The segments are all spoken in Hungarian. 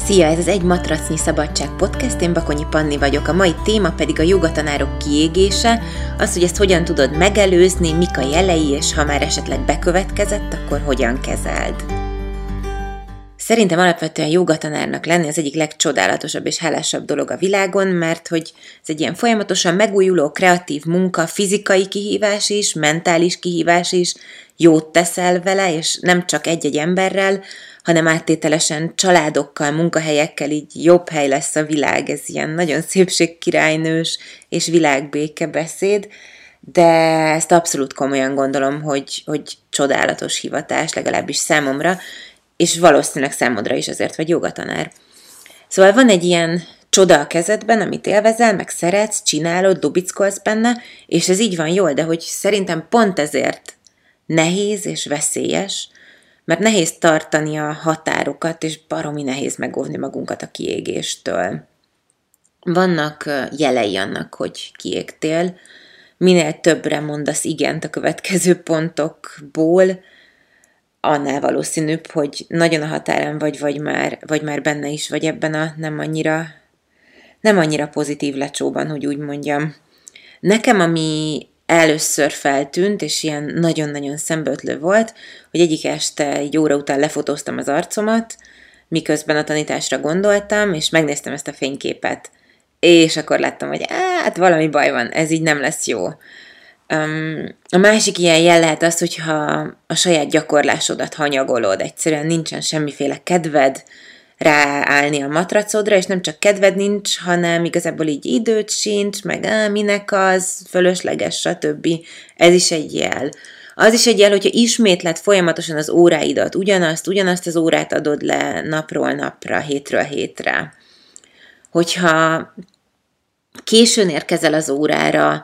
Szia, ez az Egy Matracnyi Szabadság Podcast, én Bakonyi Panni vagyok. A mai téma pedig a jogatanárok kiégése, az, hogy ezt hogyan tudod megelőzni, mik a jelei, és ha már esetleg bekövetkezett, akkor hogyan kezeld. Szerintem alapvetően jogatanárnak lenni az egyik legcsodálatosabb és hálásabb dolog a világon, mert hogy ez egy ilyen folyamatosan megújuló, kreatív munka, fizikai kihívás is, mentális kihívás is, jót teszel vele, és nem csak egy-egy emberrel, hanem áttételesen családokkal, munkahelyekkel, így jobb hely lesz a világ. Ez ilyen nagyon szépségkirálynős és világbéke beszéd, de ezt abszolút komolyan gondolom, hogy csodálatos hivatás, legalábbis számomra, és valószínűleg számodra is azért vagy jogatanár. Szóval van egy ilyen csoda a kezedben, amit élvezel, meg szeretsz, csinálod, lubickolsz benne, és ez így van jól, de hogy szerintem pont ezért nehéz és veszélyes, mert nehéz tartani a határokat, és baromi nehéz megóvni magunkat a kiégéstől. Vannak jelei annak, hogy kiégtél, minél többre mondasz igent a következő pontokból, annál valószínűbb, hogy nagyon a határán vagy már benne is vagy ebben a nem annyira pozitív lecsóban, hogy úgy mondjam. Nekem, ami először feltűnt, és ilyen nagyon-nagyon szembeötlő volt, hogy egyik este egy óra után lefotóztam az arcomat, miközben a tanításra gondoltam, és megnéztem ezt a fényképet. És akkor láttam, hogy hát valami baj van, ez így nem lesz jó. A másik ilyen jel lehet az, hogyha a saját gyakorlásodat hanyagolod, egyszerűen nincsen semmiféle kedved ráállni a matracodra, és nem csak kedved nincs, hanem igazából így időt sincs, meg minek az, fölösleges, stb. Ez is egy jel. Az is egy jel, hogyha ismétled folyamatosan az óráidat, ugyanazt az órát adod le napról napra, hétről hétre. Hogyha későn érkezel az órára,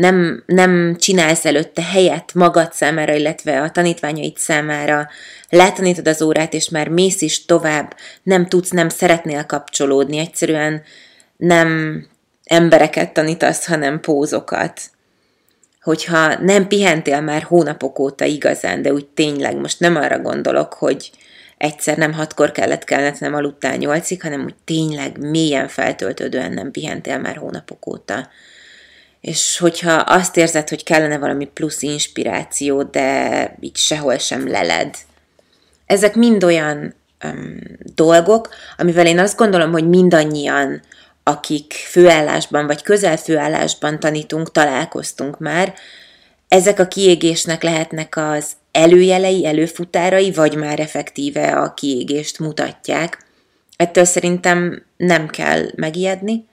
nem csinálsz előtte helyet magad számára, illetve a tanítványaid számára, letanítod az órát, és már mész is tovább, nem szeretnél kapcsolódni, egyszerűen nem embereket tanítasz, hanem pózokat. Hogyha nem pihentél már hónapok óta igazán, de úgy tényleg, most nem arra gondolok, hogy egyszer nem 6-kor kellett kelned, nem aludtál 8-ig, hanem úgy tényleg mélyen feltöltődően nem pihentél már hónapok óta. És hogyha azt érzed, hogy kellene valami plusz inspiráció, de így sehol sem leled. Ezek mind olyan dolgok, amivel én azt gondolom, hogy mindannyian, akik főállásban vagy közel főállásban tanítunk, találkoztunk már, ezek a kiégésnek lehetnek az előjelei, előfutárai, vagy már effektíve a kiégést mutatják. Ettől szerintem nem kell megijedni,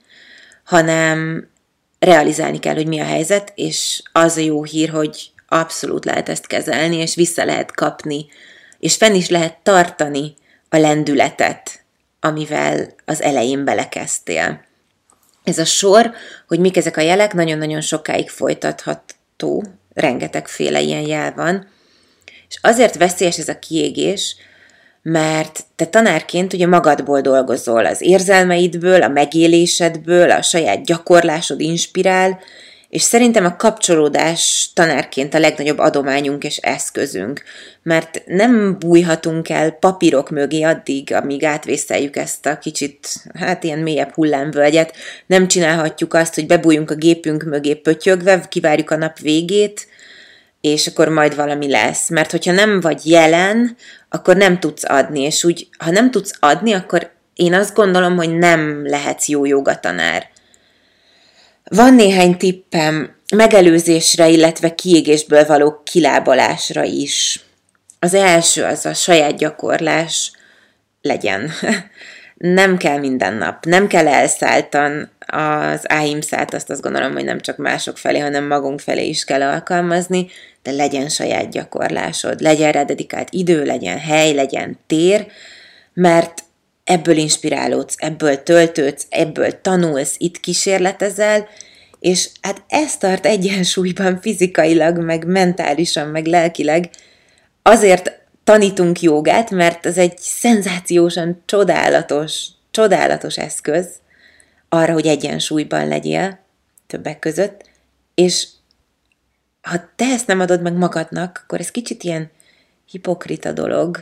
hanem realizálni kell, hogy mi a helyzet, és az a jó hír, hogy abszolút lehet ezt kezelni, és vissza lehet kapni, és fenn is lehet tartani a lendületet, amivel az elején belekezdtél. Ez a sor, hogy mik ezek a jelek, nagyon-nagyon sokáig folytatható, rengetegféle ilyen jel van, és azért veszélyes ez a kiégés, mert te tanárként ugye magadból dolgozol, az érzelmeidből, a megélésedből, a saját gyakorlásod inspirál, és szerintem a kapcsolódás tanárként a legnagyobb adományunk és eszközünk, mert nem bújhatunk el papírok mögé addig, amíg átvészeljük ezt a kicsit, ilyen mélyebb hullámvölgyet, nem csinálhatjuk azt, hogy bebújjunk a gépünk mögé pötyögve, kivárjuk a nap végét, és akkor majd valami lesz. Mert hogyha nem vagy jelen, akkor nem tudsz adni, és úgy, ha nem tudsz adni, akkor én azt gondolom, hogy nem lehetsz jó jogatanár. Van néhány tippem megelőzésre, illetve kiégésből való kilábalásra is. Az első az a saját gyakorlás legyen. Nem kell minden nap, nem kell elszálltan az áhimszát, azt gondolom, hogy nem csak mások felé, hanem magunk felé is kell alkalmazni, de legyen saját gyakorlásod, legyen rá dedikált idő, legyen hely, legyen tér, mert ebből inspirálódsz, ebből töltődsz, ebből tanulsz, itt kísérletezel, és hát ez tart egyensúlyban fizikailag, meg mentálisan, meg lelkileg. Azért tanítunk jogát, mert ez egy szenzációsan csodálatos eszköz arra, hogy egyensúlyban legyél többek között, és ha te ezt nem adod meg magadnak, akkor ez kicsit ilyen hipokrita dolog,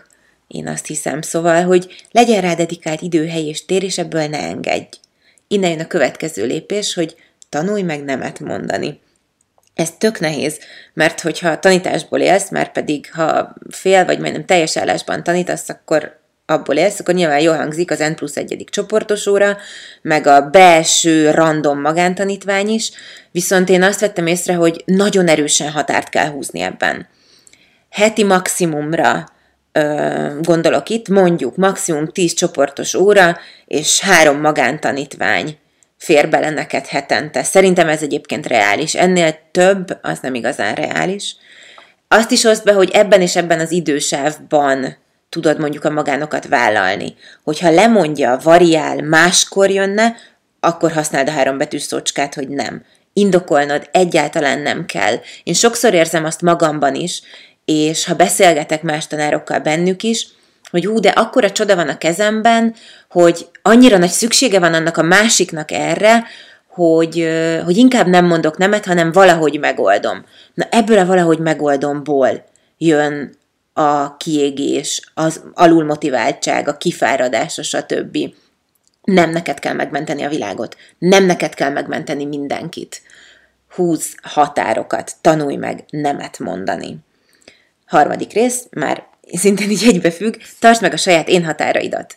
Én azt hiszem, szóval, hogy legyen rá dedikált idő, hely és tér, és ebből ne engedj. Innen jön a következő lépés, hogy tanulj meg nemet mondani. Ez tök nehéz, mert hogyha tanításból élsz, már pedig ha fél vagy majdnem teljes állásban tanítasz, akkor abból élsz, akkor nyilván jól hangzik az N+1 csoportos óra, meg a belső random magántanítvány is, viszont én azt vettem észre, hogy nagyon erősen határt kell húzni ebben. Heti maximumra gondolok itt, mondjuk maximum 10 csoportos óra, és 3 magántanítvány fér bele neked hetente. Szerintem ez egyébként reális. Ennél több, az nem igazán reális. Azt is oszd be, hogy ebben és ebben az idősávban tudod mondjuk a magánokat vállalni. Hogyha lemondja, variál, máskor jönne, akkor használd a 3 betűs szócskát, hogy nem. Indokolnod egyáltalán nem kell. Én sokszor érzem azt magamban is, és ha beszélgetek más tanárokkal bennük is, hogy de akkora csoda van a kezemben, hogy annyira nagy szüksége van annak a másiknak erre, hogy inkább nem mondok nemet, hanem valahogy megoldom. Na ebből a valahogy megoldomból jön a kiégés, az alulmotiváltság, a kifáradás, stb. Nem neked kell megmenteni a világot. Nem neked kell megmenteni mindenkit. Húzz határokat, tanulj meg nemet mondani. 3. rész, már szintén így egybefügg, tartsd meg a saját én határaidat.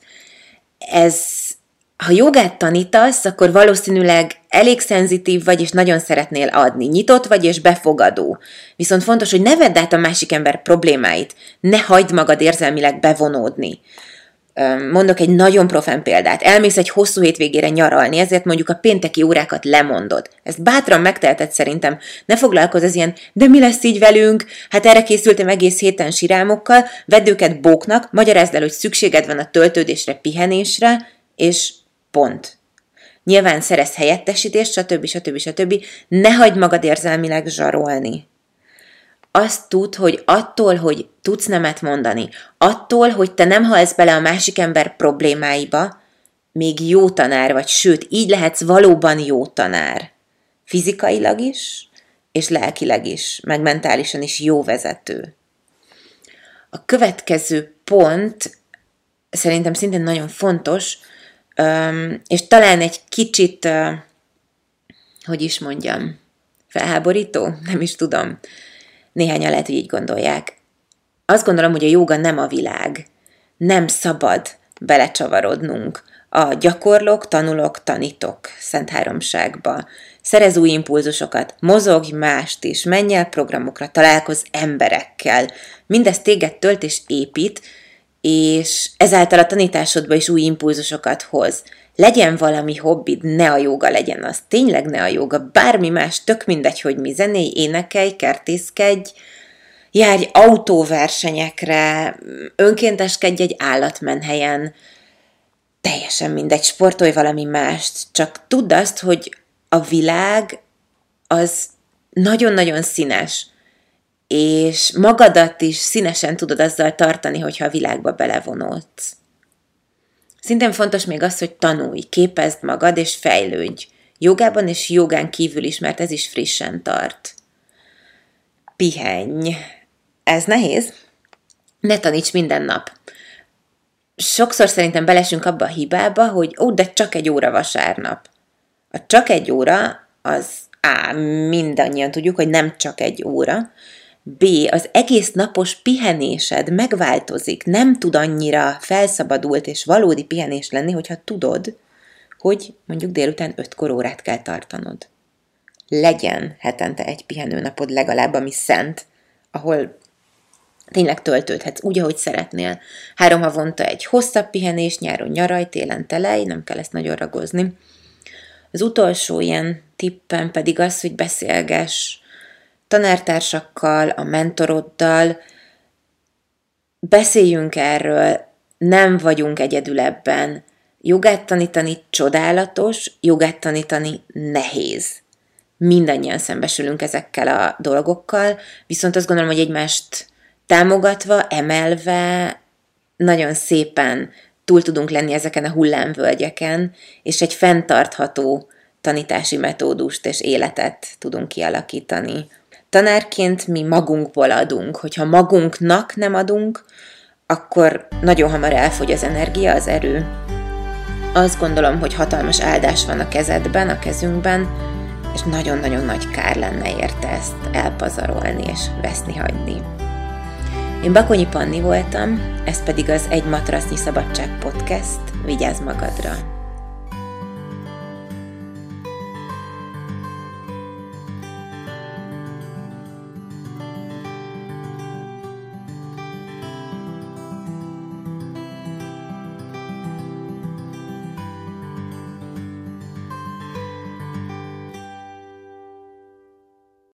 Ha jogát tanítasz, akkor valószínűleg elég szenzitív vagy, és nagyon szeretnél adni. Nyitott vagy, és befogadó. Viszont fontos, hogy ne vedd át a másik ember problémáit. Ne hagyd magad érzelmileg bevonódni. Mondok egy nagyon profán példát. Elmész egy hosszú hétvégére nyaralni, ezért mondjuk a pénteki órákat lemondod. Ezt bátran megteheted szerintem. Ne foglalkozz az ilyen, de mi lesz így velünk? Hát erre készültem egész héten sirálmokkal, vedd őket bóknak, magyarázd el, hogy szükséged van a töltődésre, pihenésre, és pont. Nyilván szerez helyettesítést, stb. Ne hagyd magad érzelmileg zsarolni. Azt tudd, hogy attól, hogy tudsz nemet mondani, attól, hogy te nem halsz bele a másik ember problémáiba, még jó tanár vagy, sőt, így lehetsz valóban jó tanár. Fizikailag is, és lelkileg is, meg mentálisan is jó vezető. A következő pont szerintem szintén nagyon fontos, és talán egy kicsit, felháborító? Nem is tudom. Néhányan lehet, hogy így gondolják. Azt gondolom, hogy a jóga nem a világ. Nem szabad belecsavarodnunk a gyakorlok, tanulok, tanítok szent háromságba. Szerez új impulzusokat, mozogj mást is, menj el programokra, találkozz emberekkel. Mindez téged tölt és épít, és ezáltal a tanításodba is új impulzusokat hoz. Legyen valami hobbid, ne a jóga legyen az. Tényleg ne a jóga, bármi más, tök mindegy, hogy mi, zenélj, énekelj, kertészkedj, járj autóversenyekre, önkénteskedj egy állatmenhelyen, teljesen mindegy, sportolj valami mást, csak tudd azt, hogy a világ az nagyon-nagyon színes, és magadat is színesen tudod azzal tartani, hogyha a világba belevonódsz. Szintén fontos még az, hogy tanulj, képezd magad és fejlődj. Jogában és jogán kívül is, mert ez is frissen tart. Pihenj. Ez nehéz. Ne taníts minden nap. Sokszor szerintem belesünk abba a hibába, hogy de csak 1 óra vasárnap. A csak 1 óra az mindannyian tudjuk, hogy nem csak 1 óra. B. Az egész napos pihenésed megváltozik. Nem tud annyira felszabadult és valódi pihenés lenni, hogyha tudod, hogy mondjuk délután 5-kor órát kell tartanod. Legyen hetente 1 pihenőnapod legalább, ami szent, ahol tényleg töltődhetsz úgy, ahogy szeretnél. 3 havonta egy hosszabb pihenés, nyáron nyaralj, télen telej, nem kell ezt nagyon ragozni. Az utolsó ilyen tippem pedig az, hogy beszélgess tanártársakkal, a mentoroddal, beszéljünk erről, nem vagyunk egyedül ebben. Jogát tanítani csodálatos, jogát tanítani nehéz. Mindannyian szembesülünk ezekkel a dolgokkal, viszont azt gondolom, hogy egymást támogatva, emelve nagyon szépen túl tudunk lenni ezeken a hullámvölgyeken, és egy fenntartható tanítási metódust és életet tudunk kialakítani. Tanárként mi magunkból adunk, hogyha magunknak nem adunk, akkor nagyon hamar elfogy az energia, az erő. Azt gondolom, hogy hatalmas áldás van a kezedben, a kezünkben, és nagyon-nagyon nagy kár lenne érte ezt elpazarolni és veszni hagyni. Én Bakonyi Panni voltam, ez pedig az Egy Matrasznyi Szabadság podcast. Vigyázz magadra!